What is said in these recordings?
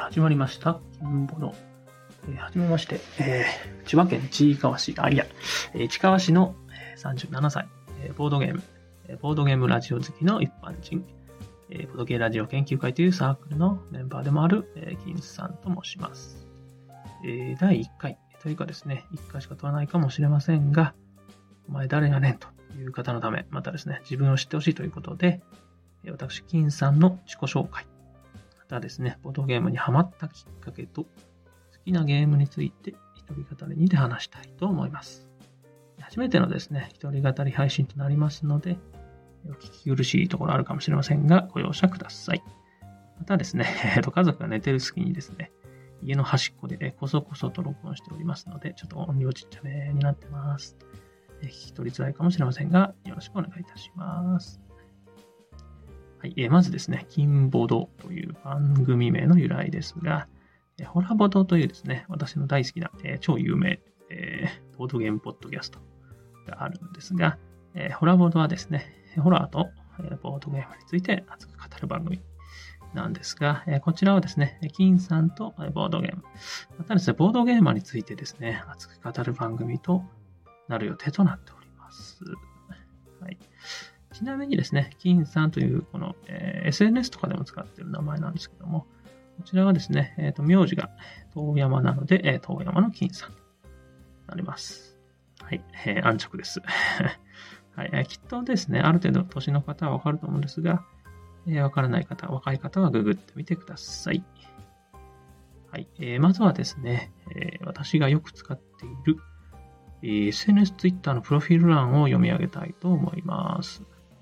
始まりました。金ボド。はじめまして。千葉県市川市、市川市の37歳、ボードゲームラジオ好きの一般人、ボードゲーラジオ研究会というサークルのメンバーでもある、金さんと申します。第1回というかですね、1回しか取らないかもしれませんが、お前誰やねんという方のため、またですね、自分を知ってほしいということで、私、金さんの自己紹介、またですね、ボードゲームにハマったきっかけと、好きなゲームについて一人語りにて話したいと思います。初めてのですね、一人語り配信となりますので、お聞き苦しいところあるかもしれませんが、ご容赦ください。またですね、家族が寝てる隙にですね、家の端っこでこそこそと録音しておりますので、ちょっと音量ちっちゃめになってます。聞き取りづらいかもしれませんが、よろしくお願いいたします。はい、まずですね、金ボドという番組名の由来ですが、ホラボドというですね、私の大好きな、超有名、ボードゲームポッドキャストがあるんですが、ホラボドはですね、ホラーと、ボードゲームについて熱く語る番組なんですが、こちらはですね、金さんとボードゲーム、またですね、ボードゲーマーについてですね、熱く語る番組となる予定となっております。はい。ちなみにですね、金さんというこの、SNS とかでも使っている名前なんですけども、こちらはですね、名字が遠山なので、遠山の金さんとなります。はい、安直です。はい、きっとですね、ある程度年の方はわかると思うんですが、わからない方、若い方はググってみてください。はい、まずはですね、私がよく使っている、SNS、Twitter のプロフィール欄を読み上げたいと思います。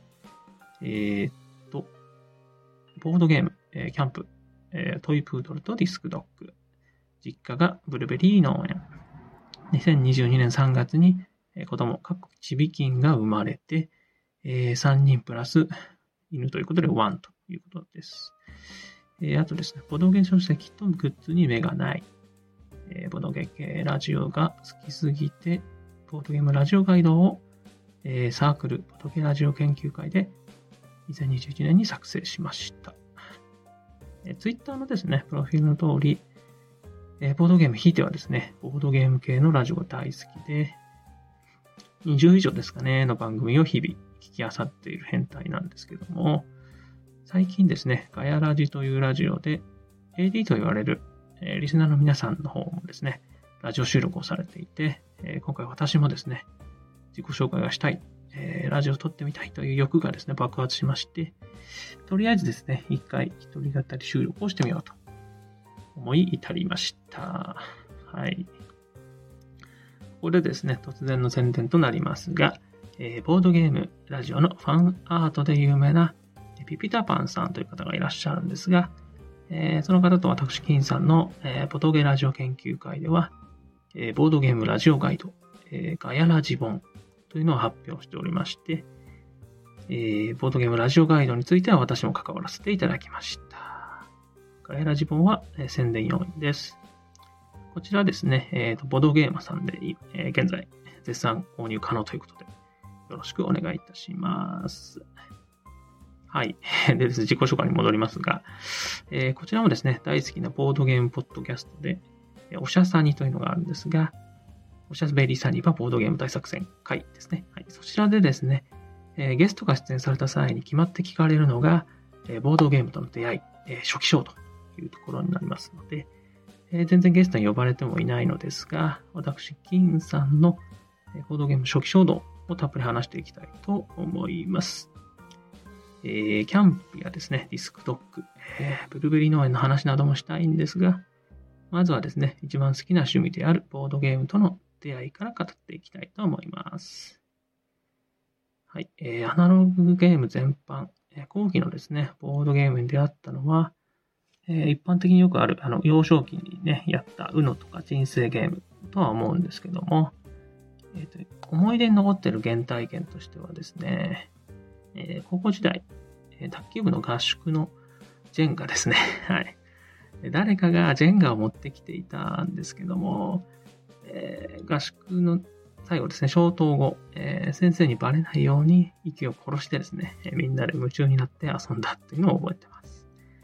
ボードゲーム、キャンプ、トイプードルとディスクドッグ。実家がブルベリー農園。2022年3月に子供、ちびきんが生まれて、3人プラス犬ということで1ということです。あとですね、ボードゲーム書籍とグッズに目がない。ボードゲームラジオが好きすぎて、ボードゲームラジオガイドを、サークル、ボードゲームラジオ研究会で2021年に作成しました。ツイッターのですね、プロフィールの通り、ボードゲーム、ひいてはですね、ボードゲーム系のラジオが大好きで、20以上ですかね、の番組を日々聞き漁っている変態なんですけども、最近ですね、ガヤラジというラジオで、AD と言われる、リスナーの皆さんの方もですね、ラジオ収録をされていて、今回私もですね、自己紹介がしたい、ラジオを撮ってみたいという欲がですね、爆発しまして、とりあえずですね、一回一人語り収録をしてみようと思い至りました。はい。ここでですね、突然の宣伝となりますが、ボードゲームラジオのファンアートで有名なピピタパンさんという方がいらっしゃるんですが、その方と私、金さんの、ボドゲラジオ研究会では、ボードゲームラジオガイド、ガヤラジ本というのを発表しておりまして、ボードゲームラジオガイドについては私も関わらせていただきました。ガヤラジ本は、宣伝要員です。こちらですね、ボドゲーマさんで、現在絶賛購入可能ということで、よろしくお願いいたします。はい。でですね、自己紹介に戻りますが、こちらもですね、大好きなボードゲームポッドキャストで、おしゃさにというのがあるんですが、おしゃべりサニバボードゲーム大作戦会ですね。はい。そちらでですね、ゲストが出演された際に決まって聞かれるのが、ボードゲームとの出会い、初期章というところになりますので、全然ゲストに呼ばれてもいないのですが、私、金さんのボードゲーム初期衝動をたっぷり話していきたいと思います。キャンプやですね、ディスクドッグ、ブルーベリー農園の話などもしたいんですが、まずはですね、一番好きな趣味であるボードゲームとの出会いから語っていきたいと思います。はい、アナログゲーム全般、後期のですね、ボードゲームに出会ったのは、一般的によくある、幼少期にね、やった UNO とか人生ゲームとは思うんですけども、思い出に残っている原体験としてはですね、高校時代、卓球部の合宿のジェンガですね。はい。誰かがジェンガを持ってきていたんですけども、合宿の最後ですね、消灯後、先生にバレないように息を殺してですね、みんなで夢中になって遊んだっていうのを覚えてます。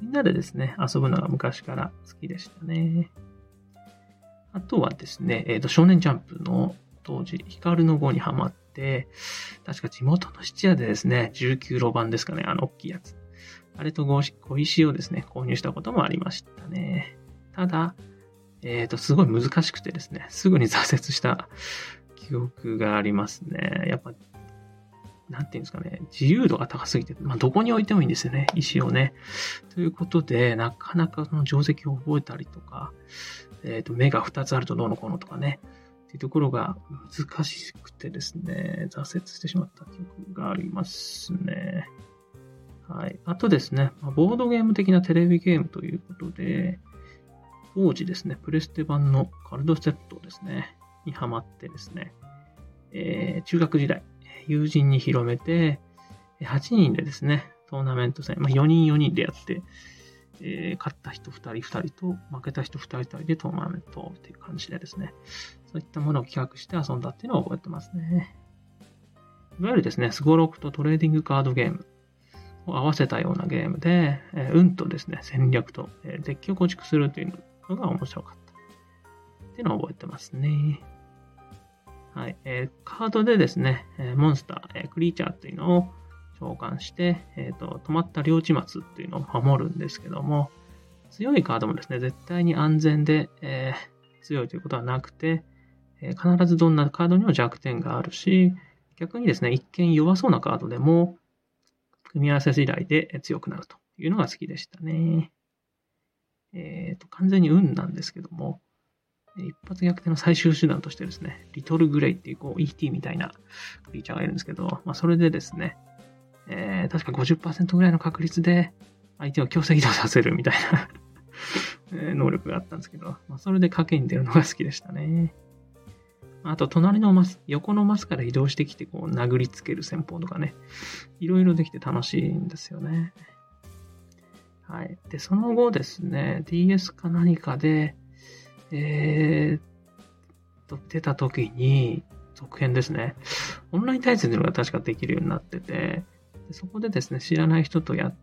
みんなでですね、遊ぶのが昔から好きでしたね。あとはですね、少年ジャンプの当時、ヒカルの碁にハマって、確か地元の質屋でですね、19路盤ですかね、大きいやつ。あれと碁石をですね、購入したこともありましたね。ただ、すごい難しくてですね、すぐに挫折した記憶がありますね。やっぱ、なんていうんですかね、自由度が高すぎて、どこに置いてもいいんですよね、石をね。ということで、なかなかその定石を覚えたりとか、目が2つあるとどうのこうのとかね、っていうところが難しくてですね、挫折してしまった記憶がありますね。はい。あとですね、ボードゲーム的なテレビゲームということで、当時ですね、プレステ版のカルドセットですね、にハマってですね、中学時代、友人に広めて、8人でですね、トーナメント戦、4人でやって、勝った人2人と、負けた人2人でトーナメントっていう感じでですね、そういったものを企画して遊んだっていうのを覚えてますね。いわゆるですね、スゴロクとトレーディングカードゲームを合わせたようなゲームで、運とですね、戦略と、デッキを構築するというのが面白かったっていうのを覚えてますね。はい。カードでですね、モンスター、クリーチャーっていうのを召喚して、止まった領地末っていうのを守るんですけども、強いカードもですね、絶対に安全で、強いということはなくて、必ずどんなカードにも弱点があるし、逆にですね、一見弱そうなカードでも、組み合わせ次第で強くなるというのが好きでしたね。完全に運なんですけども、一発逆転の最終手段としてですね、リトルグレイっていう、ET みたいなクリーチャーがいるんですけど、それでですね、確か 50% ぐらいの確率で相手を強制移動させるみたいな能力があったんですけど、それで賭けに出るのが好きでしたね。あと、隣のマス、横のマスから移動してきて、殴りつける戦法とかね、いろいろできて楽しいんですよね。はい。で、その後ですね、DS か何かで、出た時に、続編ですね。オンライン対戦というのが確かできるようになってて、でそこでですね、知らない人とやって、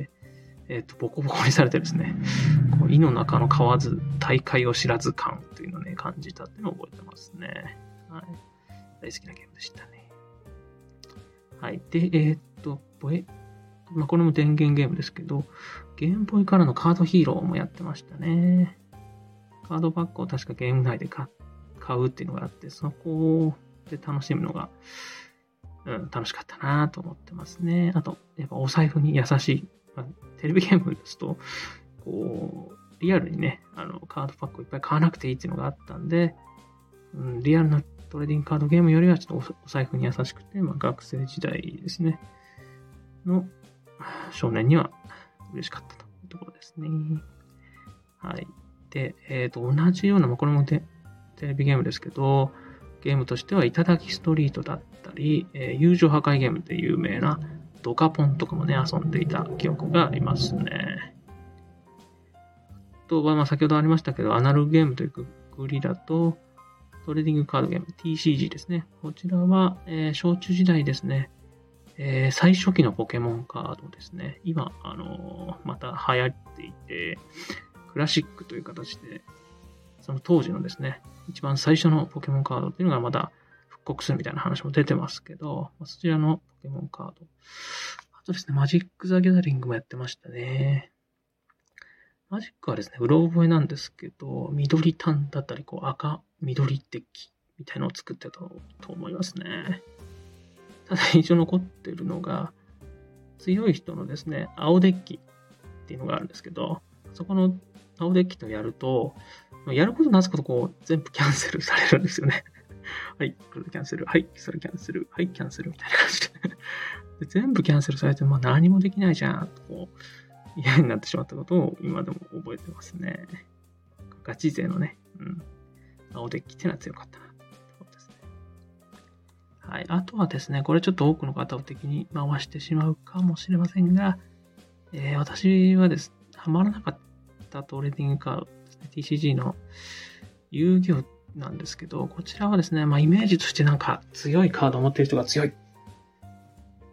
ボコボコにされてですね、井の中の蛙ず、大海を知らず感というのをね、感じたっていうのを覚えてますね。はい。大好きなゲームでしたね。はい。で、これも電源ゲームですけど、ゲームボーイからのカードヒーローもやってましたね。カードパックを確かゲーム内で買うっていうのがあって、そこで楽しむのが、楽しかったなと思ってますね。あと、やっぱお財布に優しい。テレビゲームですと、リアルにね、カードパックをいっぱい買わなくていいっていうのがあったんで、リアルなトレーディングカードゲームよりはちょっとお財布に優しくて、学生時代ですね、の少年には嬉しかったというところですね。はい。で、同じような、これもテレビゲームですけど、ゲームとしては、頂きストリートだったり、友情破壊ゲームで有名なドカポンとかもね、遊んでいた記憶がありますね。あとは、先ほどありましたけど、アナログゲームというくくりだと、トレーディングカードゲーム、TCG ですね。こちらは、小中時代ですね。最初期のポケモンカードですね。今、また流行っていて、クラシックという形で、その当時のですね、一番最初のポケモンカードっていうのがまだ復刻するみたいな話も出てますけど、そちらのポケモンカード。あとですね、マジック・ザ・ギャザリングもやってましたね。マジックはですね、うろ覚えなんですけど、緑単だったり、赤、緑デッキみたいなのを作ってたと思いますね。ただ印象残ってるのが、強い人のですね、青デッキっていうのがあるんですけど、そこの青デッキとやると、やることなすこと全部キャンセルされるんですよね。はい、これキャンセル。はい、それキャンセル。はい、キャンセルみたいな感じで。全部キャンセルされて、何もできないじゃん、と嫌になってしまったことを今でも覚えてますね。ガチ勢のね、青デッキっていうのは強かったな。そうですね。はい、あとはですね、これちょっと多くの方を敵に回してしまうかもしれませんが、私はですね、ハマらなかったトレーディングカードですね、TCG の遊戯王なんですけど、こちらはですね、イメージとして強いカードを持っている人が強いっ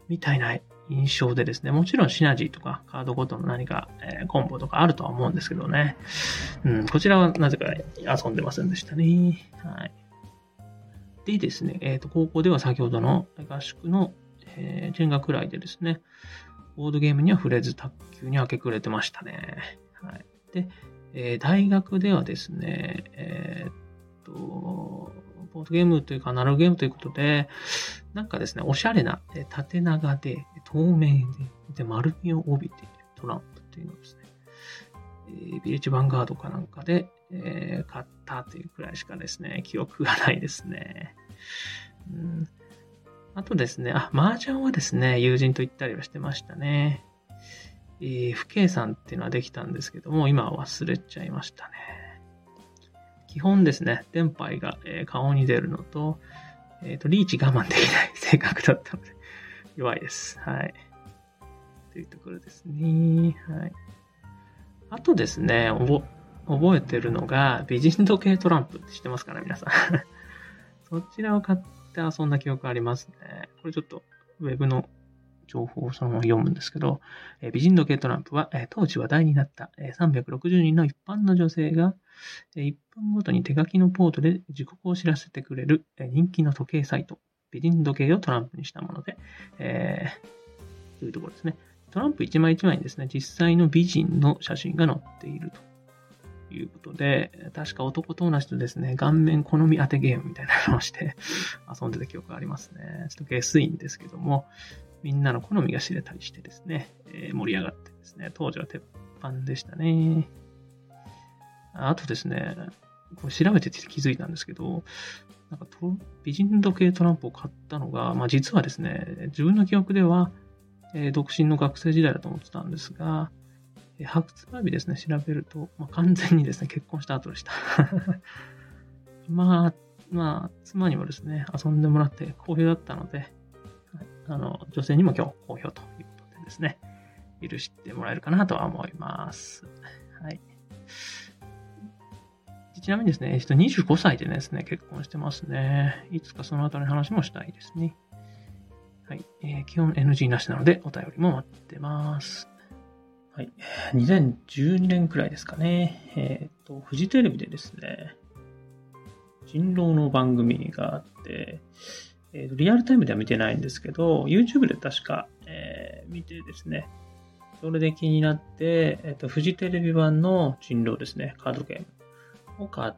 みたいな印象でですね、もちろんシナジーとかカードごとの何か、コンボとかあるとは思うんですけどね。こちらはなぜか遊んでませんでしたね。はい。でですね、高校では先ほどの合宿の、見学来でですね、ボードゲームには触れず卓球に明け暮れてましたね。はい。で、大学ではですね、ボードゲームというかアナログゲームということで、なんかですね、おしゃれな縦長で透明で丸みを帯びているトランプっていうのをですね、ビレッジヴァンガードかなんかで、買ったというくらいしかですね、記憶がないですね。あとですね、麻雀はですね、友人と行ったりはしてましたね。不計算っていうのはできたんですけども、今は忘れちゃいましたね。基本ですね、テンパイが、顔に出るのと、リーチ我慢できない性格だったので、弱いです。はい。というところですね。はい。あとですね、覚えてるのが、美人時計トランプって知ってますかね、皆さん。そちらを買って遊んだ記憶ありますね。これちょっと、ウェブの情報をそのまま読むんですけど、美人時計トランプは、当時話題になった360人の一般の女性が、1分ごとに手書きのポートで時刻を知らせてくれる人気の時計サイト、美人時計をトランプにしたもので、というところですね。トランプ一枚一枚にですね、実際の美人の写真が載っているということで、確か男と同じとですね、顔面好み当てゲームみたいなのをして遊んでた記憶がありますね。ちょっと下水んですけども、みんなの好みが知れたりしてですね、盛り上がってですね、当時は鉄板でしたね。あとですね、これ調べてて気づいたんですけど、なんか美人時計トランプを買ったのが、実はですね、自分の記憶では、独身の学生時代だと思ってたんですが、発売日ですね、調べると、完全にですね、結婚した後でした。妻にもですね、遊んでもらって好評だったので、女性にも今日好評ということでですね、許してもらえるかなとは思います。はい。ちなみにですね、25歳でですね、結婚してますね。いつかそのあたりの話もしたいですね。はい。基本 NG なしなので、お便りも待ってます。はい。2012年くらいですかね。フジテレビでですね、人狼の番組があって、リアルタイムでは見てないんですけど、YouTube で確か、見てですね、それで気になって、フジテレビ版の人狼ですね、カードゲームを買って、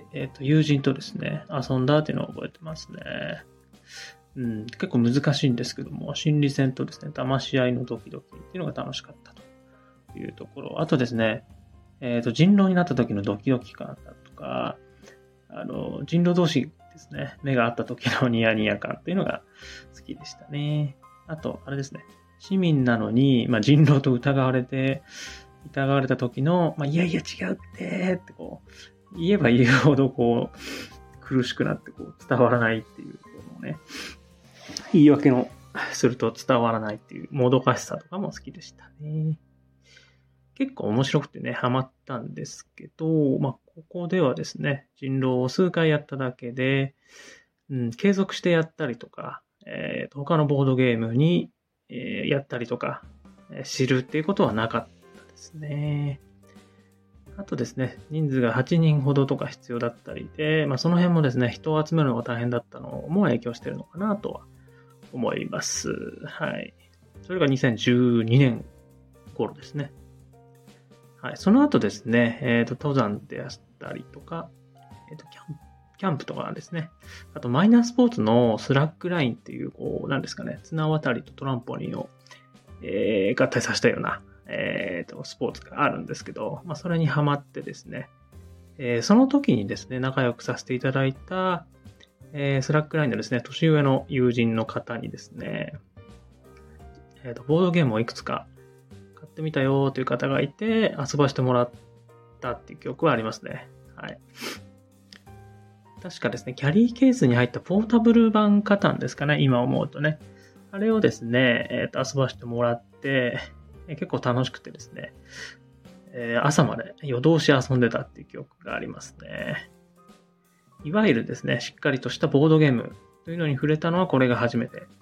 友人とですね、遊んだっていうのを覚えてますね。結構難しいんですけども、心理戦とですね、騙し合いのドキドキっていうのが楽しかったというところ。あとですね、人狼になった時のドキドキ感だとか、人狼同士ですね、目が合った時のニヤニヤ感っていうのが好きでしたね。あと、あれですね、市民なのに、人狼と疑われた時の、いやいや違うってってこう、言えば言うほどこう、苦しくなってこう、伝わらないっていうのをね、言い訳をすると伝わらないっていうもどかしさとかも好きでしたね。結構面白くてね、ハマったんですけど、ここではですね、人狼を数回やっただけで、継続してやったりとか、他のボードゲームに、やったりとか、知るっていうことはなかったですね。あとですね、人数が8人ほどとか必要だったりで、その辺もですね、人を集めるのが大変だったのも影響してるのかなとは思います。はい。それが2012年頃ですね。はい。その後ですね、登山であったりとか、キャンプとかですね。あと、マイナースポーツのスラックラインっていう、何ですかね、綱渡りとトランポリンを、合体させたような、スポーツがあるんですけど、それにハマってですね、その時にですね、仲良くさせていただいた、スラックラインのですね、年上の友人の方にですね、ボードゲームをいくつか買ってみたよという方がいて、遊ばせてもらったっていう記憶はありますね。はい。確かですね、キャリーケースに入ったポータブル版カタンですかね、今思うとね。あれをですね、遊ばせてもらって、結構楽しくてですね、朝まで夜通し遊んでたっていう記憶がありますね。いわゆるですね、しっかりとしたボードゲームというのに触れたのはこれが初めて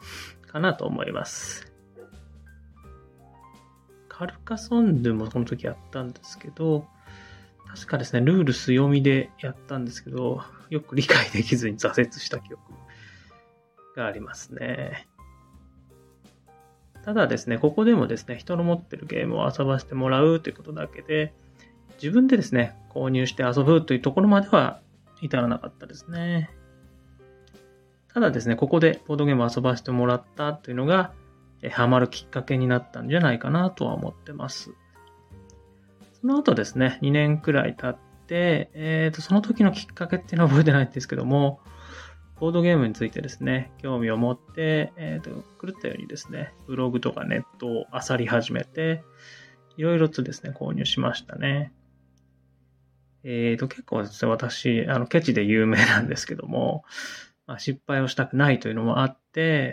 かなと思います。カルカソンヌもその時やったんですけど、確かですね、ルール素読みでやったんですけど、よく理解できずに挫折した記憶がありますね。ただですね、ここでもですね、人の持ってるゲームを遊ばせてもらうということだけで、自分でですね、購入して遊ぶというところまでは至らなかったですね。ただですね、ここでボードゲームを遊ばせてもらったというのが、ハマるきっかけになったんじゃないかなとは思ってます。その後ですね、2年くらい経って、その時のきっかけっていうのは覚えてないんですけども、ボードゲームについてですね、興味を持って、狂ったようにですね、ブログとかネットを漁り始めて、いろいろとですね、購入しましたね。結構ですね、私、ケチで有名なんですけども、失敗をしたくないというのもあって、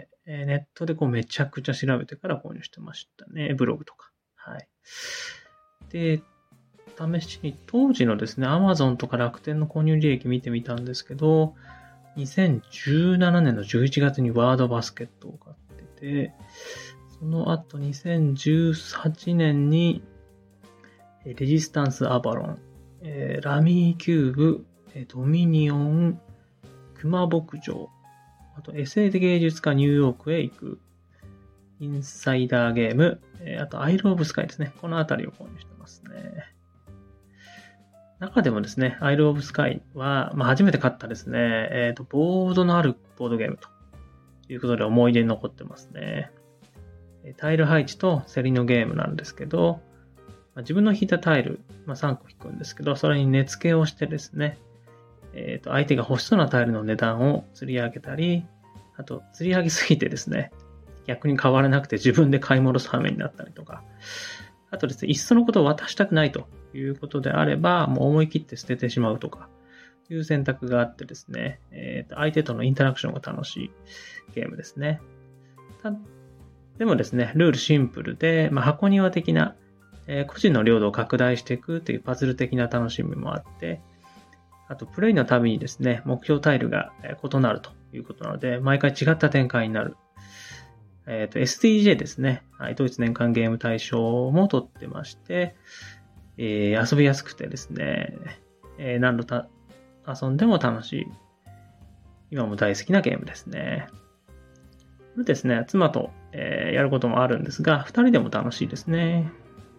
ネットでめちゃくちゃ調べてから購入してましたね。ブログとか。はい。で、試しに当時のですね、Amazon とか楽天の購入履歴見てみたんですけど、2017年の11月にワードバスケットを買ってて、その後2018年にレジスタンスアバロン、ラミーキューブ、ドミニオン、熊牧場、あとエセ芸術家ニューヨークへ行く、インサイダーゲーム、あとアイルオブスカイですね。このあたりを購入してますね。中でもですね、アイルオブスカイは、初めて買ったですね、ボードのあるボードゲームということで思い出に残ってますね。タイル配置と競りのゲームなんですけど、自分の引いたタイル、3個引くんですけど、それに値付けをしてですね、相手が欲しそうなタイルの値段を釣り上げたり、あと釣り上げすぎてですね、逆に変わらなくて自分で買い戻す羽目になったりとか、あとですね、いっそのことを渡したくないということであれば、もう思い切って捨ててしまうとか、いう選択があってですね、相手とのインタラクションが楽しいゲームですね。でもですね、ルールシンプルで、箱庭的な、個人の領土を拡大していくというパズル的な楽しみもあって、あと、プレイのたびにですね、目標タイルが異なるということなので、毎回違った展開になる。STJ ですね。はい、ドイツ年間ゲーム大賞も取ってまして、遊びやすくてですね、何度遊んでも楽しい。今も大好きなゲームですね。これですね、妻と、やることもあるんですが、二人でも楽しいですね。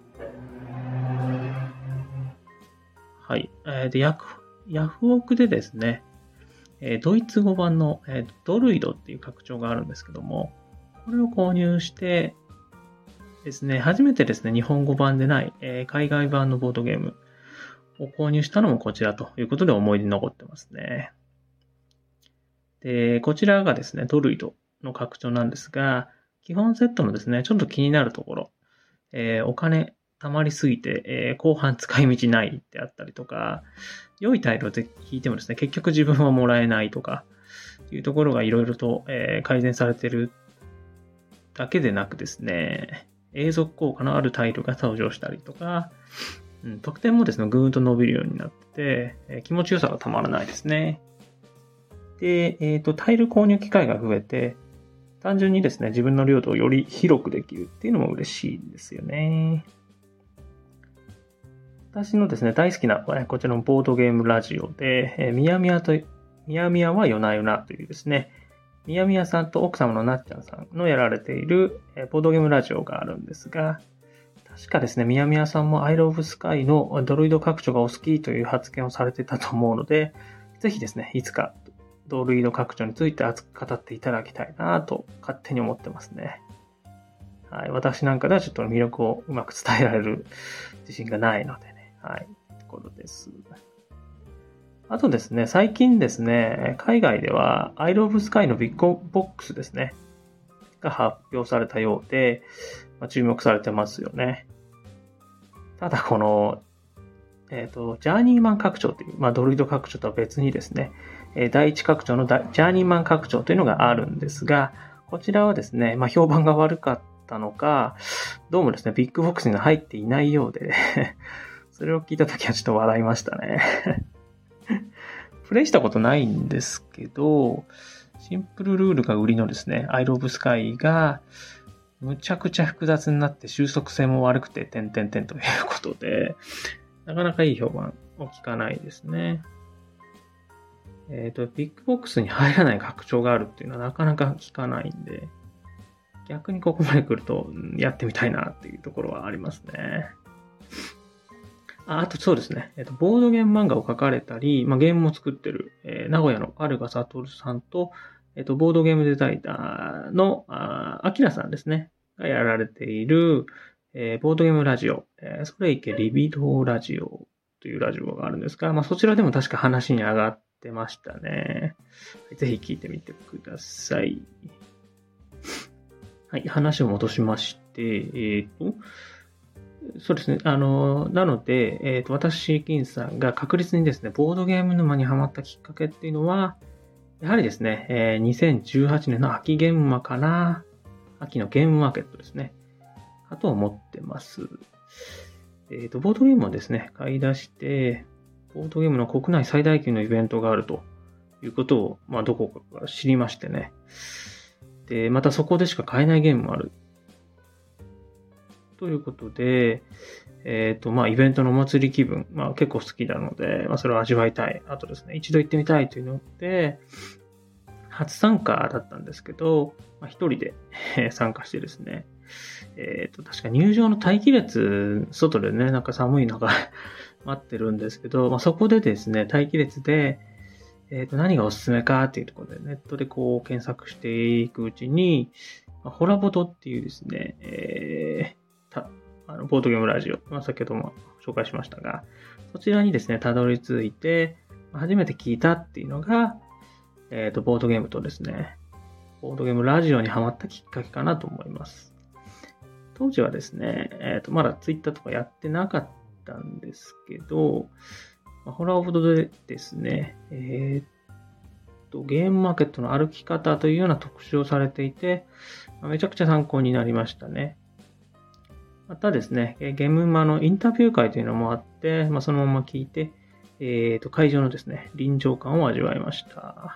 はい。で、ヤフオクでですね、ドイツ語版の、ドルイドっていう拡張があるんですけども、これを購入してですね、初めてですね、日本語版でない、海外版のボードゲームを購入したのもこちらということで思い出に残ってますね。で、こちらがですね、ドルイドの拡張なんですが、基本セットのですね、ちょっと気になるところ、お金溜まりすぎて、後半使い道ないってあったりとか、良いタイルを引いてもですね、結局自分はもらえないとか、いうところがいろいろと、改善されているだけでなくですね、永続効果のあるタイルが登場したりとか、得点もですね、ぐーんと伸びるようになってて、気持ちよさがたまらないですね。で、タイル購入機会が増えて、単純にですね、自分の領土をより広くできるっていうのも嬉しいんですよね。私のですね、大好きな、こちらのボードゲームラジオで、みやみやは夜な夜なというですね、みやみやさんと奥様のなっちゃんさんのやられているボードゲームラジオがあるんですが、確かですね、みやみやさんもアイロブスカイのドロイド拡張がお好きという発言をされてたと思うので、ぜひですね、いつかドロイド拡張について熱く語っていただきたいなと勝手に思ってますね。はい、私なんかではちょっと魅力をうまく伝えられる自信がないのでね。はい、ところです。あとですね、最近ですね、海外ではアイロブスカイのビッグボックスですね、が発表されたようで、注目されてますよね。ただこの、ジャーニーマン拡張という、ドロイド拡張とは別にですね、第一拡張のジャーニーマン拡張というのがあるんですが、こちらはですね、評判が悪かったのか、どうもですね、ビッグボックスには入っていないようで、それを聞いたときはちょっと笑いましたね。プレイしたことないんですけど、 シンプルルールが売りのですね、I Love Sky が、むちゃくちゃ複雑になって収束性も悪くて、ということで、なかなかいい評判を聞かないですね。ビッグボックスに入らない拡張があるっていうのはなかなか聞かないんで、逆にここまで来るとやってみたいなっていうところはありますね。あとそうですね。ボードゲーム漫画を描かれたり、ゲームも作ってる、名古屋のアルガサトルさんと、ボードゲームデザイナーのアキラさんですね。がやられている、ボードゲームラジオ、それいけリビドーラジオというラジオがあるんですが、そちらでも確か話に上がってましたね。ぜひ聞いてみてください。はい、話を戻しまして、そうですね。なので、私、金さんが確実にですね、ボードゲーム沼にハマったきっかけっていうのは、やはりですね、2018年の秋ゲームマかな。秋のゲームマーケットですね。かと思ってます。ボードゲームをですね、買い出して、ボードゲームの国内最大級のイベントがあるということを、どこかから知りましてね。で、またそこでしか買えないゲームもある。ということで、イベントのお祭り気分、結構好きなので、それを味わいたい。あとですね、一度行ってみたいというので、初参加だったんですけど、一人で参加してですね、確か入場の待機列、外でね、なんか寒い中待ってるんですけど、そこでですね、待機列で、何がおすすめかっていうところでネットでこう検索していくうちに、ホラボドっていうですね、ボードゲームラジオ、先ほども紹介しましたが、そちらにですね、たどり着いて、初めて聞いたっていうのが、ボードゲームとですね、ボードゲームラジオにハマったきっかけかなと思います。当時はですね、まだツイッターとかやってなかったんですけど、ホラーボードでですね、ゲームマーケットの歩き方というような特集をされていて、めちゃくちゃ参考になりましたね。またですね、ゲームマのインタビュー会というのもあって、そのまま聞いて、会場のですね、臨場感を味わいました。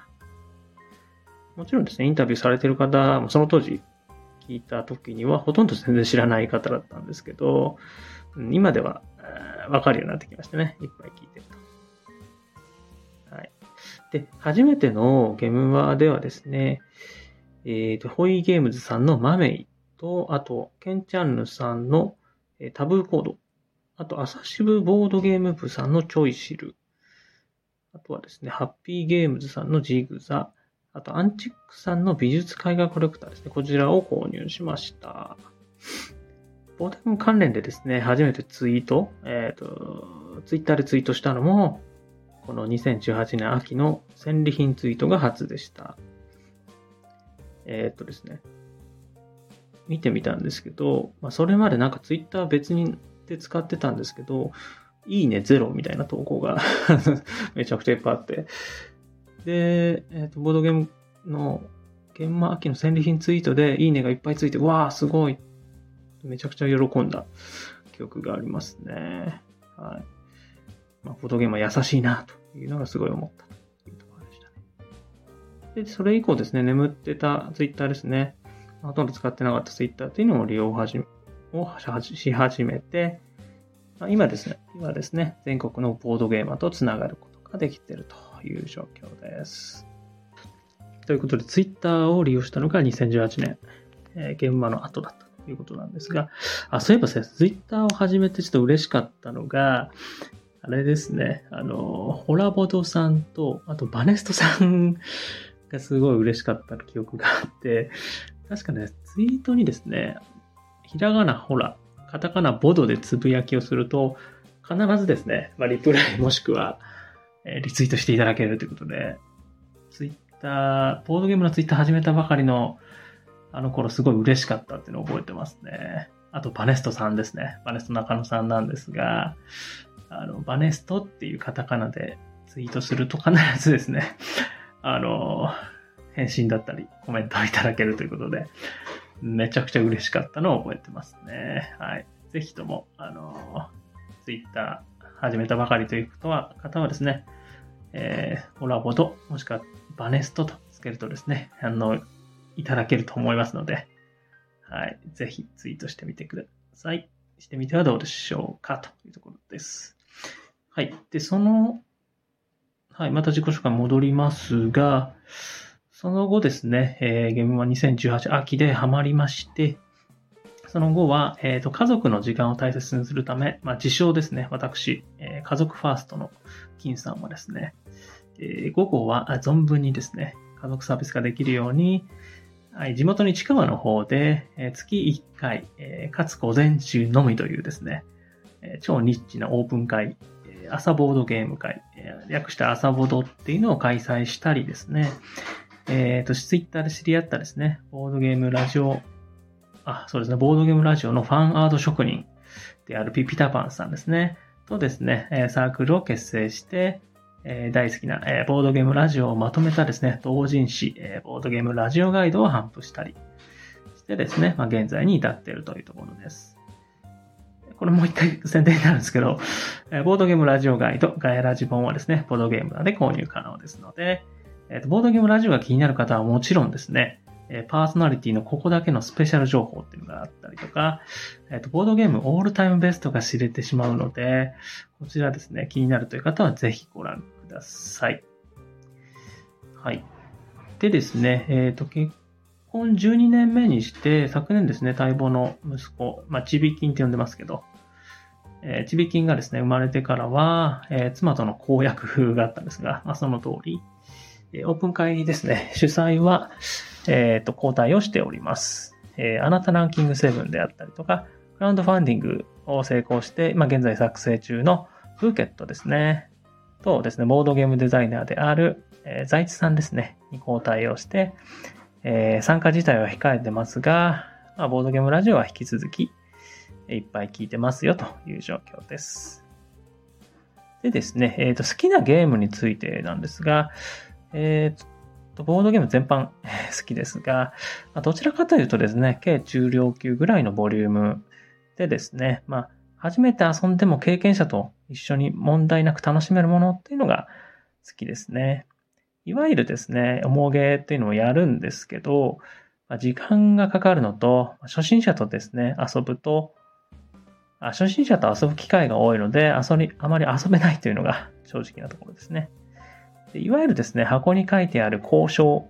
もちろんですね、インタビューされている方もその当時聞いた時にはほとんど全然知らない方だったんですけど、今ではわかるようになってきましたね。いっぱい聞いてると。はい。で、初めてのゲームマではですね、ホイゲームズさんのマメイと、あと、ケンチャンヌさんのタブーコード、あと、アサシブボードゲーム部さんのチョイシル、あとはですね、ハッピーゲームズさんのジグザ、あと、アンチックさんの美術絵画コレクターですね。こちらを購入しました。ボードゲーム関連でですね、初めてツイッターでツイートしたのも、この2018年秋の戦利品ツイートが初でした。ですね、見てみたんですけど、それまでなんかツイッター別にで使ってたんですけど、いいねゼロみたいな投稿がめちゃくちゃいっぱいあって。で、ボードゲームのゲームマ秋の戦利品ツイートでいいねがいっぱいついて、わーすごい。めちゃくちゃ喜んだ記憶がありますね。はい。ボードゲームは優しいなというのがすごい思ったというところでしたね。で、それ以降ですね、眠ってたツイッターですね。ほとんど使ってなかったツイッターというのも利用し始めて、今ですね、全国のボードゲーマーとつながることができているという状況です。ということで、ツイッターを利用したのが2018年、ゲームマの後だったということなんですが、そういえばですね、ツイッターを始めてちょっと嬉しかったのが、あれですね、ホラボドさんと、あとバネストさんがすごい嬉しかった記憶があって、確かね、ツイートにですね、ひらがなホラ、カタカナボドでつぶやきをすると、必ずですね、リプライもしくは、リツイートしていただけるということで、ツイッター、ボードゲームのツイッター始めたばかりのあの頃すごい嬉しかったっていうのを覚えてますね。あとバネストさんですね。バネスト中野さんなんですが、バネストっていうカタカナでツイートすると必ずですね、返信だったりコメントをいただけるということで、めちゃくちゃ嬉しかったのを覚えてますね。はい。ぜひとも、ツイッター始めたばかりという方はですね、ホラボド、もしくはバネストとつつけるとですね、いただけると思いますので、はい。ぜひツイートしてみてください。してみてはどうでしょうかというところです。はい。で、はい。また自己紹介戻りますが、その後ですね、ゲームは2018秋でハマりまして、その後は、家族の時間を大切にするため、自称ですね、私、家族ファーストの金さんはですね、午後は存分にですね、家族サービスができるように、地元に近場の方で、月1回、かつ午前中のみというですね、超ニッチなオープン会、朝ボードゲーム会、略して朝ボードっていうのを開催したりですね、ツイッターで知り合ったですね、ボードゲームラジオ、そうですね、ボードゲームラジオのファンアート職人であるピタパンさんですね、とですね、サークルを結成して、大好きな、ボードゲームラジオをまとめたですね、同人誌、ボードゲームラジオガイドを頒布したりしてですね、現在に至っているというところです。これもう一回宣伝になるんですけど、ボードゲームラジオガイド、ガヤラジ本はですね、ボードゲームなで購入可能ですので、ボードゲームラジオが気になる方はもちろんですね、パーソナリティのここだけのスペシャル情報っていうのがあったりとか、ボードゲームオールタイムベストが知れてしまうので、こちらですね、気になるという方はぜひご覧ください。はい。でですね、結婚12年目にして、昨年ですね、待望の息子、ちびきんって呼んでますけど、ちびきんがですね、生まれてからは、妻との公約があったんですが、その通り、オープン会ですね、主催は、交代をしております。あなたランキング7であったりとか、クラウドファンディングを成功して、現在作成中のプーケットですね、とですね、ボードゲームデザイナーである、財津さんですね、に交代をして、参加自体は控えてますが、ボードゲームラジオは引き続き、いっぱい聞いてますよという状況です。でですね、好きなゲームについてなんですが、ボードゲーム全般好きですが、どちらかというとですね、計中量級ぐらいのボリュームでですね、初めて遊んでも経験者と一緒に問題なく楽しめるものっていうのが好きですね。いわゆるですね、重ゲーっていうのをやるんですけど、時間がかかるのと、初心者とですね、初心者と遊ぶ機会が多いので、あまり遊べないというのが正直なところですね。いわゆるですね、箱に書いてある交渉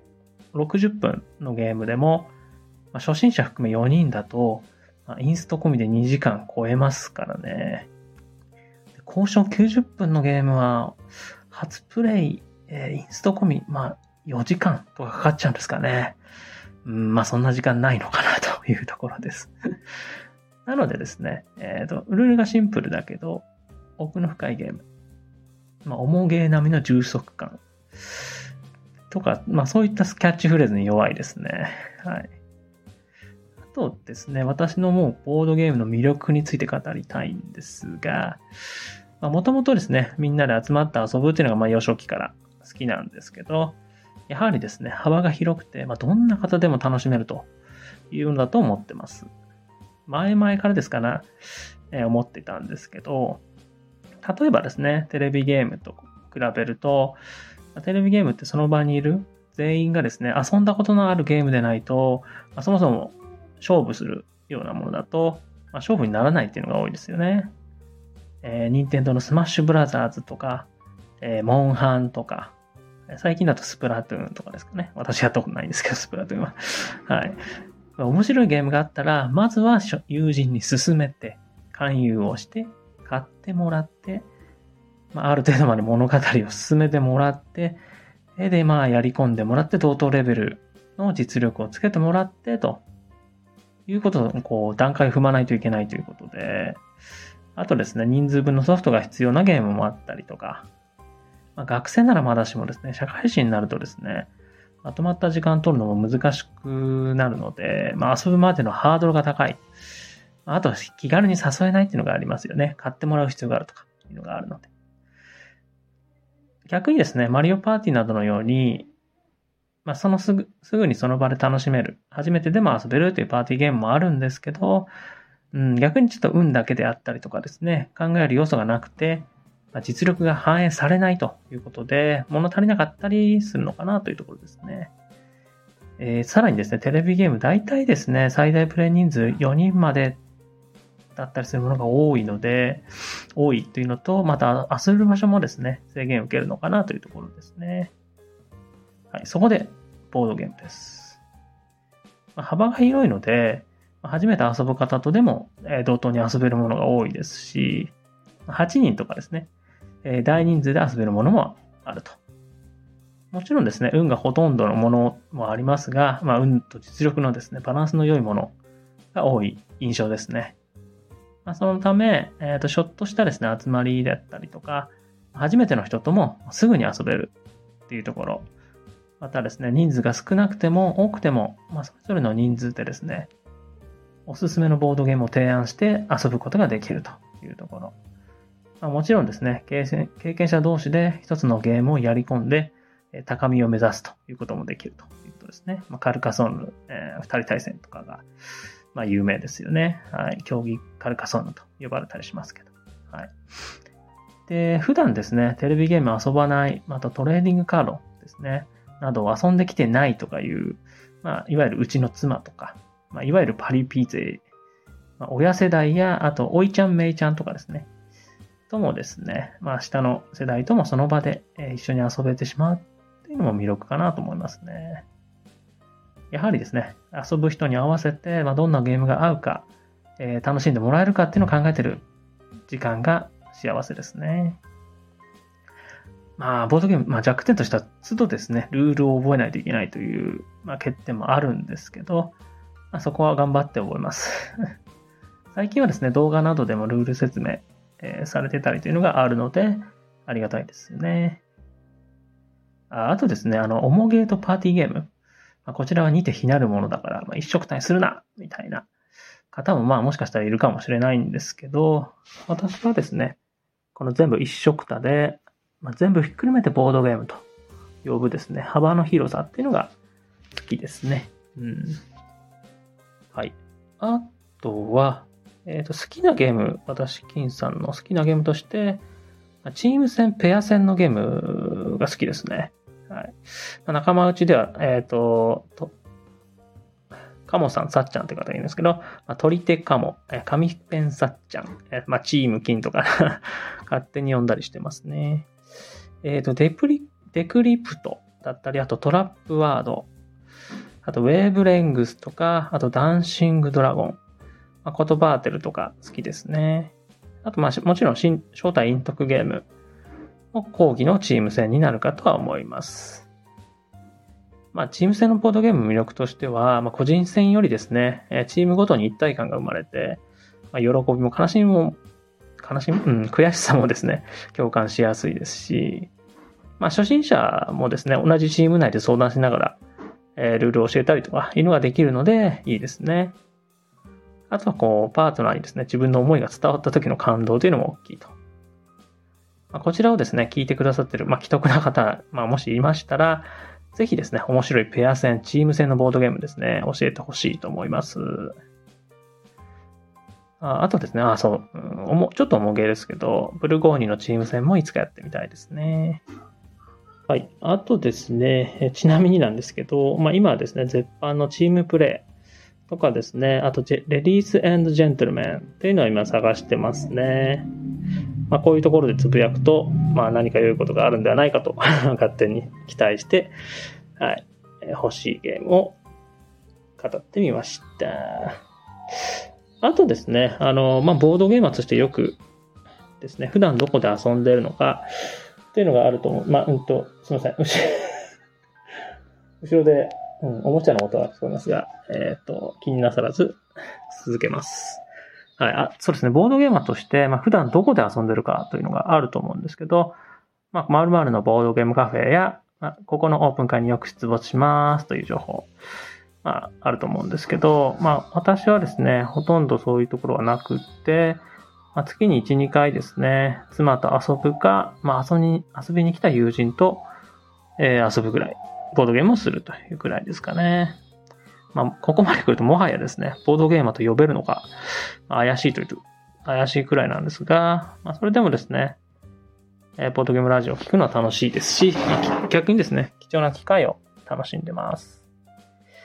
60分のゲームでも、初心者含め4人だと、インスト込みで2時間超えますからね。交渉90分のゲームは、初プレイ、インスト込み、4時間とかかかっちゃうんですかね。そんな時間ないのかなというところです。なのでですね、ルールがシンプルだけど、奥の深いゲーム。重ゲー並みの充足感。とか、そういったキャッチフレーズに弱いですね。はい。あとですね、私のもうボードゲームの魅力について語りたいんですが、もともとですね、みんなで集まって遊ぶっていうのが幼少期から好きなんですけど、やはりですね、幅が広くて、どんな方でも楽しめるというのだと思ってます。前々からですから、思ってたんですけど、例えばですね、テレビゲームと比べると、テレビゲームってその場にいる全員がですね、遊んだことのあるゲームでないと、そもそも勝負するようなものだと、勝負にならないっていうのが多いですよね。任天堂のスマッシュブラザーズとか、モンハンとか、最近だとスプラトゥーンとかですかね。私やったことないんですけど、スプラトゥーンは。はい。面白いゲームがあったら、まずは友人に勧めて、勧誘をして、買ってもらって、ある程度まで物語を進めてもらって、で、やり込んでもらって、同等レベルの実力をつけてもらって、ということを、段階踏まないといけないということで、あとですね、人数分のソフトが必要なゲームもあったりとか、学生ならまだしもですね、社会人になるとですね、まとまった時間取るのも難しくなるので、遊ぶまでのハードルが高い。あと、気軽に誘えないっていうのがありますよね。買ってもらう必要があるとか、いうのがあるので。逆にですね、マリオパーティーなどのように、すぐにその場で楽しめる。初めてでも遊べるというパーティーゲームもあるんですけど、逆にちょっと運だけであったりとかですね、考える要素がなくて、実力が反映されないということで、物足りなかったりするのかなというところですね。 さらにですね、テレビゲーム、大体ですね、最大プレイ人数4人までだったりするものが多いというのと、また遊べる場所もですね、制限を受けるのかなというところですね。はい、そこで、ボードゲームです。幅が広いので、初めて遊ぶ方とでも同等に遊べるものが多いですし、8人とかですね、大人数で遊べるものもあると。もちろんですね、運がほとんどのものもありますが、運と実力のですね、バランスの良いものが多い印象ですね。そのため、ちょっとしたですね、集まりだったりとか、初めての人ともすぐに遊べるっていうところ、またですね、人数が少なくても多くても、それぞれの人数でですね、おすすめのボードゲームを提案して遊ぶことができるというところ。もちろんですね、経験者同士で一つのゲームをやり込んで、高みを目指すということもできるということですね。カルカソンヌ、二人対戦とかが、有名ですよね。はい。競技カルカソンヌと呼ばれたりしますけど。はい。で、普段ですね、テレビゲーム遊ばない、またトレーディングカードですね、などを遊んできてないとかいう、いわゆるうちの妻とか、いわゆるパリピ勢、親世代や、あと、おいちゃんめいちゃんとかですね、ともですね、下の世代ともその場で一緒に遊べてしまうっていうのも魅力かなと思いますね。やはりですね、遊ぶ人に合わせて、どんなゲームが合うか、楽しんでもらえるかっていうのを考えてる時間が幸せですね。ボードゲーム、弱点としては都度ですね、ルールを覚えないといけないという、欠点もあるんですけど、そこは頑張って覚えます。最近はですね、動画などでもルール説明、されてたりというのがあるので、ありがたいですよね。あとですね、オモゲーとパーティーゲーム。こちらは似て非なるものだから、一緒くたにするなみたいな方ももしかしたらいるかもしれないんですけど、私はですね、この全部一緒くたで、全部ひっくるめてボードゲームと呼ぶですね、幅の広さっていうのが好きですね。はい。あとは、好きなゲーム、私、金さんの好きなゲームとして、チーム戦、ペア戦のゲームが好きですね。はい。仲間内では、カモさん、サッチャンって方がいるんですけど、取り手カモ、紙ペンサッチャン、チーム金とか勝手に呼んだりしてますね。デクリプトだったり、あとトラップワード、あとウェーブレングスとか、あとダンシングドラゴン、言葉当てるとか好きですね。あともちろん招待陰徳ゲームも講義のチーム戦になるかとは思います。チーム戦のボードゲームの魅力としては、個人戦よりですね、チームごとに一体感が生まれて、喜びも悲しみも、悔しさもですね、共感しやすいですし、初心者もですね、同じチーム内で相談しながら、ルールを教えたりとかいうのができるのでいいですね。あとはパートナーにですね、自分の思いが伝わった時の感動というのも大きいと。こちらをですね、聞いてくださってる、既得な方、もしいましたら、ぜひですね、面白いペア戦、チーム戦のボードゲームですね、教えてほしいと思います。あとですね、ちょっと重げですけど、ブルゴーニュのチーム戦もいつかやってみたいですね。はい。あとですね、ちなみになんですけど、今はですね、絶版のチームプレイとかですね、あとレディース&ジェントルメンっていうのを今探してますね。こういうところでつぶやくと、何か良いことがあるんではないかと勝手に期待して、はい、欲しいゲームを語ってみました。あとですね、ボードゲーマーとしてよくですね、普段どこで遊んでいるのかっていうのがあると思う。すみません。後ろで、おもちゃの音が聞こえますが、気になさらず続けます。はい。そうですね。ボードゲーマーとして、普段どこで遊んでるかというのがあると思うんですけど、〇〇のボードゲームカフェや、ここのオープン会によく出没しますという情報、あると思うんですけど、私はですね、ほとんどそういうところはなくって、月に1、2回ですね、妻と遊ぶか、遊びに来た友人と、遊ぶぐらい、ボードゲームをするというくらいですかね。ここまで来るともはやですね、ボードゲーマーと呼べるのか、怪しいくらいなんですが、それでもですね、ボードゲームラジオを聞くのは楽しいですし、逆にですね、貴重な機会を楽しんでます。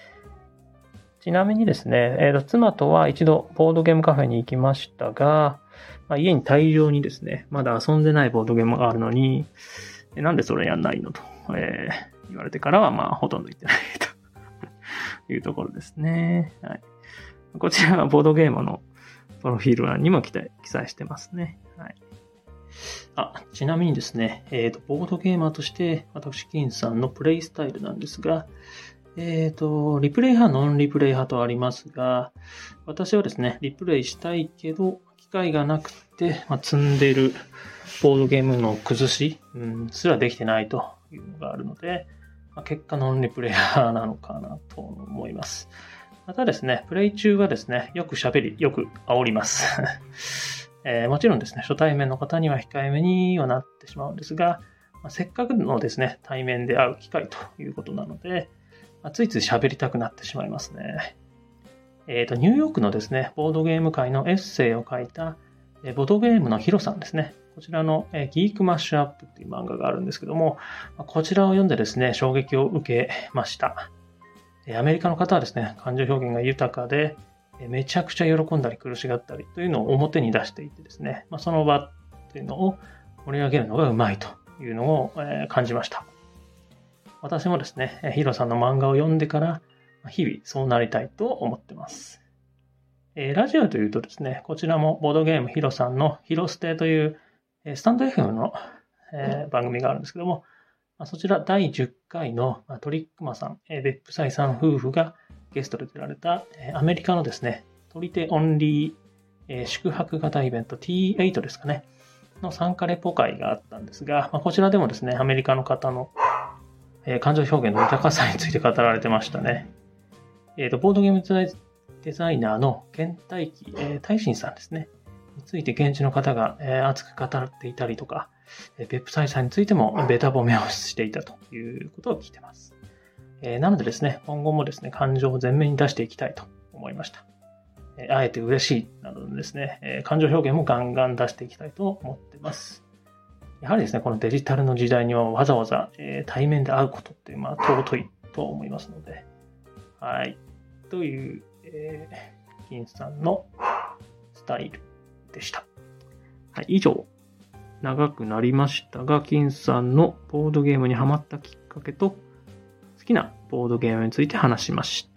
ちなみにですね、妻とは一度ボードゲームカフェに行きましたが、家に大量にですね、まだ遊んでないボードゲームがあるのに、なんでそれやんないのと、言われてからはほとんど行ってないというところですね。はい。こちらはボードゲームのプロフィール欄にも記載してますね。はい。ちなみにですね、ボードゲーマーとして私、金さんのプレイスタイルなんですが、リプレイ派、ノンリプレイ派とありますが、私はですね、リプレイしたいけど、機会がなくて、積んでるボードゲームの崩し、すらできてないというのがあるので、結果ノンリプレイ派なのかなと思います。またですね、プレイ中はですね、よく喋り、よく煽ります。もちろんですね、初対面の方には控えめにはなってしまうんですが、せっかくのですね、対面で会う機会ということなので、ついつい喋りたくなってしまいますね。ニューヨークのですね、ボードゲーム界のエッセイを書いた、ボードゲームのヒロさんですね。こちらのギークマッシュアップという漫画があるんですけども、こちらを読んでですね、衝撃を受けました。アメリカの方はですね、感情表現が豊かで、めちゃくちゃ喜んだり苦しがったりというのを表に出していてですね、その場というのを盛り上げるのがうまいというのを感じました。私もですね、ヒロさんの漫画を読んでから日々そうなりたいと思ってます。ラジオというとですね、こちらもボードゲームヒロさんのヒロステというスタンド FM の番組があるんですけども、そちら第10回のトリックマさん、別府斎さん夫婦がゲストで出られたアメリカのですね、取り手オンリー宿泊型イベント T8 ですかね、の参加レポ会があったんですが、こちらでもですね、アメリカの方の感情表現の豊かさについて語られてましたね。ボードゲームデザイナーのケ大輝大臣さんですね。について現地の方が熱く語っていたりとか、別府斎さんについてもベタ褒めをしていたということを聞いてます。なのでですね、今後もですね、感情を前面に出していきたいと思いました。あえて嬉しいなどのですね、感情表現もガンガン出していきたいと思ってます。やはりですね、このデジタルの時代にはわざわざ対面で会うことって尊いと思いますので、はい。という、金さんのスタイルでした。はい、以上、長くなりましたが、金さんのボードゲームにハマったきっかけと、好きなボードゲームについて話しました。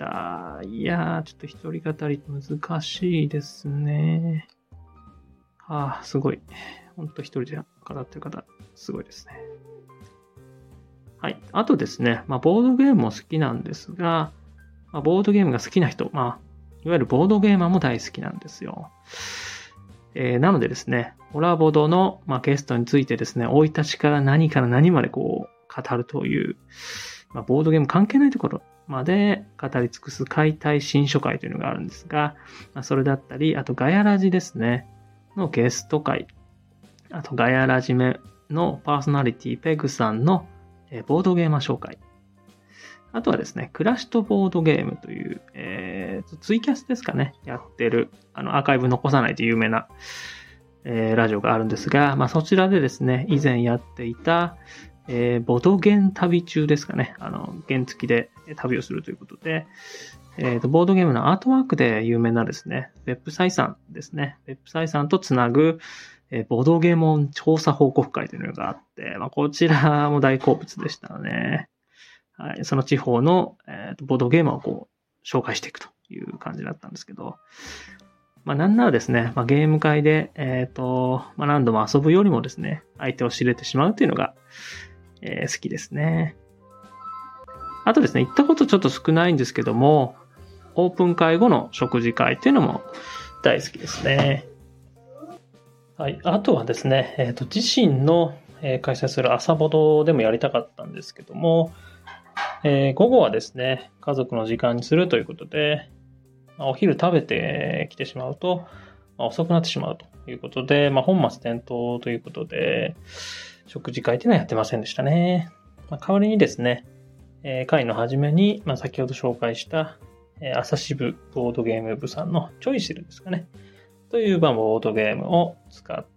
いやー、ちょっと一人語り難しいですね。すごい。ほんと一人で語ってる方、すごいですね。はい。あとですね、ボードゲームも好きなんですが、ボードゲームが好きな人、いわゆるボードゲーマーも大好きなんですよ。なのでですね、ホラボドの、ゲストについてですね、生い立ちから何から何まで語るという、ボードゲーム関係ないところまで語り尽くす解体新書会というのがあるんですが、それだったり、あとガヤラジですね、のゲスト会、あとガヤラジメのパーソナリティペグさんのボードゲーマー紹介。あとはですね、クラッシュとボードゲームという、ツイキャスですかね、やってる、アーカイブ残さないと有名な、ラジオがあるんですが、そちらでですね、以前やっていた、ボドゲン旅中ですかね、原付で旅をするということで、ボードゲームのアートワークで有名なですね、別府斎さんですね、別府斎さんとつなぐ、ボードゲーム調査報告会というのがあって、こちらも大好物でしたね。はい、その地方の、ボードゲームを紹介していくという感じだったんですけど、なんならですね、ゲーム会で、何度も遊ぶよりもですね、相手を知れてしまうというのが、好きですね。あとですね、行ったことちょっと少ないんですけども、オープン会後の食事会っていうのも大好きですね。はい。あとはですね、自身の、開催する朝ボドでもやりたかったんですけども、午後はですね、家族の時間にするということで、お昼食べてきてしまうと、遅くなってしまうということで、本末転倒ということで、食事会というのはやってませんでしたね。代わりにですね、会の初めに、先ほど紹介した、朝渋ボードゲーム部さんのチョイシルですかね。というボードゲームを使って、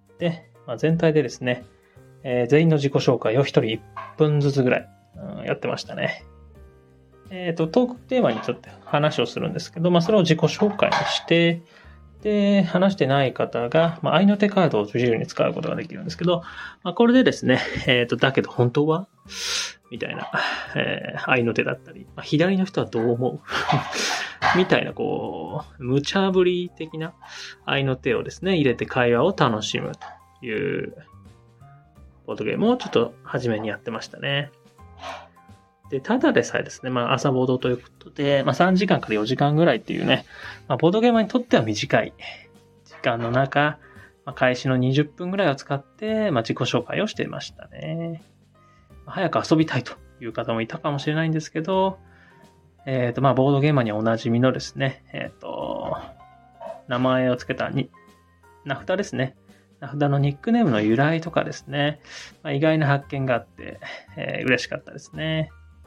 全体でですね、全員の自己紹介を1人1分ずつぐらい、やってましたね。 トークテーマにちょっと話をするんですけど、それを自己紹介にして、で、話してない方が、合いの手カードを自由に使うことができるんですけど、これでですね、だけど本当はみたいな、合いの手だったり、左の人はどう思うみたいな、無茶ぶり的な合いの手をですね、入れて会話を楽しむというボードゲームをちょっと初めにやってましたね。で、ただでさえですね、朝ボードということで、3時間から4時間ぐらいっていうね、ボードゲーマーにとっては短い時間の中、開始の20分ぐらいを使って、自己紹介をしていましたね。早く遊びたいという方もいたかもしれないんですけど、ボードゲーマーにおなじみのですね、名前を付けた名札ですね。名札のニックネームの由来とかですね、意外な発見があって、嬉しかったですね。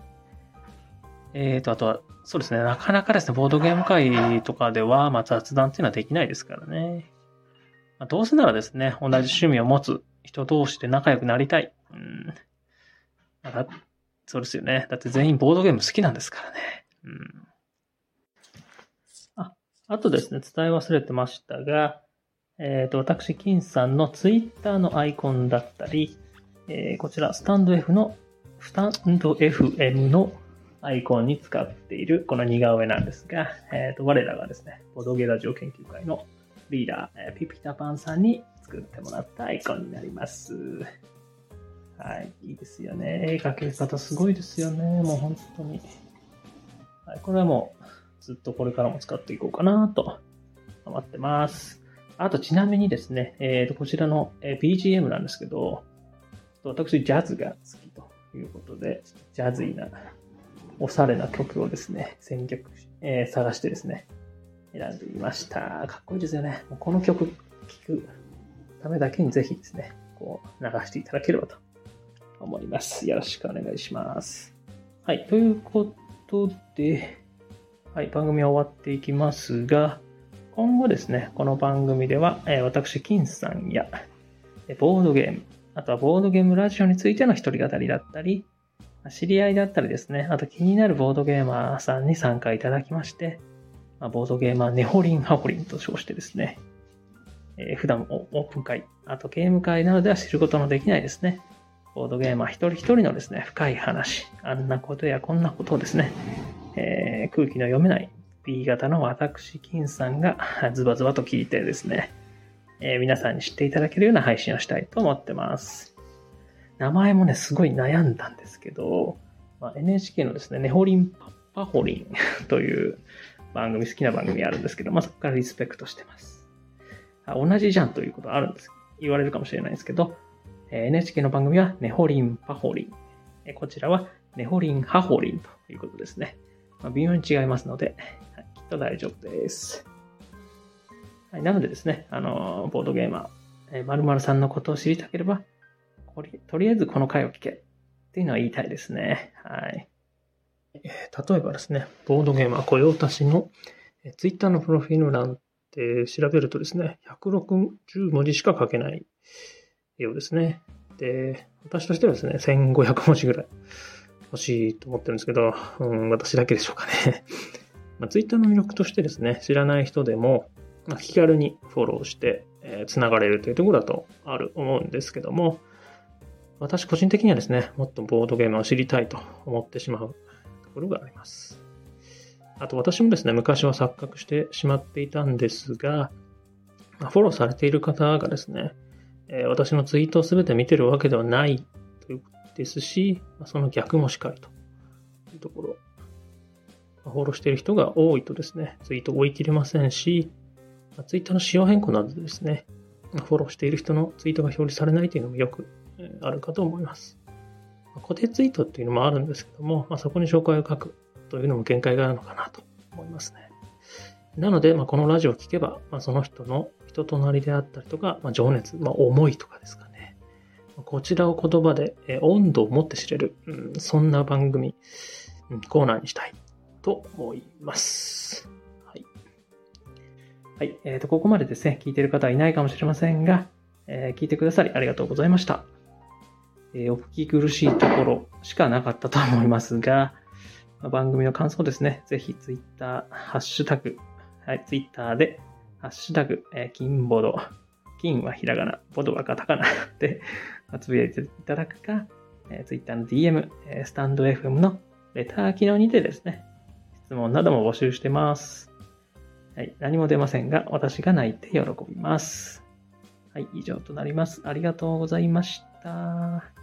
あとは、そうですね、なかなかですね、ボードゲーム会とかでは、雑談っていうのはできないですからね。どうせならですね、同じ趣味を持つ人同士で仲良くなりたい。そうですよね。だって全員ボードゲーム好きなんですからね。あとですね、伝え忘れてましたが、私、金さんのツイッターのアイコンだったり、こちら、スタンド FM のアイコンに使っているこの似顔絵なんですが、我らがですね、ボードゲーラジオ研究会のリーダー、ピピタパンさんに作ってもらったアイコンになります。はい、いいですよね。絵描き方すごいですよね。もう本当に。はい、これはもうずっとこれからも使っていこうかなと思ってます。あとちなみにですね、こちらの BGM なんですけど、私ジャズが好きということで、ジャズィーなおしゃれな曲をですね、選曲、探してですね、選んでみました。かっこいいですよね。もうこの曲聴くためだけにぜひですね、流していただければと思います。よろしくお願いします。はい、ということで、はい、番組は終わっていきますが、今後ですね、この番組では、私、金さんや、ボードゲーム、あとはボードゲームラジオについての一人語りだったり、知り合いだったりですね、あと気になるボードゲーマーさんに参加いただきまして、ボードゲーマーネホリンハホリンと称してですね、普段オープン会、あとゲーム会などでは知ることのできないですね、ボードゲーマー一人一人のですね、深い話、あんなことやこんなことをですね、空気の読めない B 型の私、金さんがズバズバと聞いてですね、皆さんに知っていただけるような配信をしたいと思ってます。名前もね、すごい悩んだんですけど、NHK のですね、ネホリンパホリンという番組、好きな番組あるんですけど、そこからリスペクトしてます。同じじゃんということはあるんです。言われるかもしれないですけど、NHK の番組はネホリンパホリン。こちらはネホリンハホリンということですね。微妙に違いますので、きっと大丈夫です。なのでですね、ボードゲーマー、〇〇さんのことを知りたければ、とりあえずこの回を聞けっていうのは言いたいですね。はい。例えばですね、ボードゲーマー雇用たちのツイッターのプロフィール欄で調べるとですね、160文字しか書けないようですね。で、私としてはですね、1500文字ぐらい欲しいと思ってるんですけど、私だけでしょうかね。ツイッターの魅力としてですね、知らない人でも、気軽にフォローして、つながれるというところだと思うんですけども、私個人的にはですね、もっとボードゲームを知りたいと思ってしまうところがあります。あと私もですね、昔は錯覚してしまっていたんですが、フォローされている方がですね、私のツイートをすべて見てるわけではないですし、その逆もしかりというところ。フォローしている人が多いとですね、ツイートを追い切れませんし、ツイッターの仕様変更などでですね、フォローしている人のツイートが表示されないというのもよくあるかと思います。固定ツイートっていうのもあるんですけども、そこに紹介を書くというのも限界があるのかなと思いますね。なので、このラジオを聞けば、その人の人となりであったりとか、情熱、思いとかですかね。こちらを言葉で温度を持って知れる、そんな番組、コーナーにしたいと思います。はい。ここまでですね、聞いている方はいないかもしれませんが、聞いてくださりありがとうございました。お聞き苦しいところしかなかったと思いますが、 番組の感想ですね、ぜひツイッター、ハッシュタグ、はい、ツイッターで、ハッシュタグ、金ボド、金はひらがな、ボドはカタカナでつぶやいていただくか、ツイッターの DM、スタンド FM のレター機能にてですね、質問なども募集してます。はい、何も出ませんが、私が泣いて喜びます。はい、以上となります。ありがとうございました。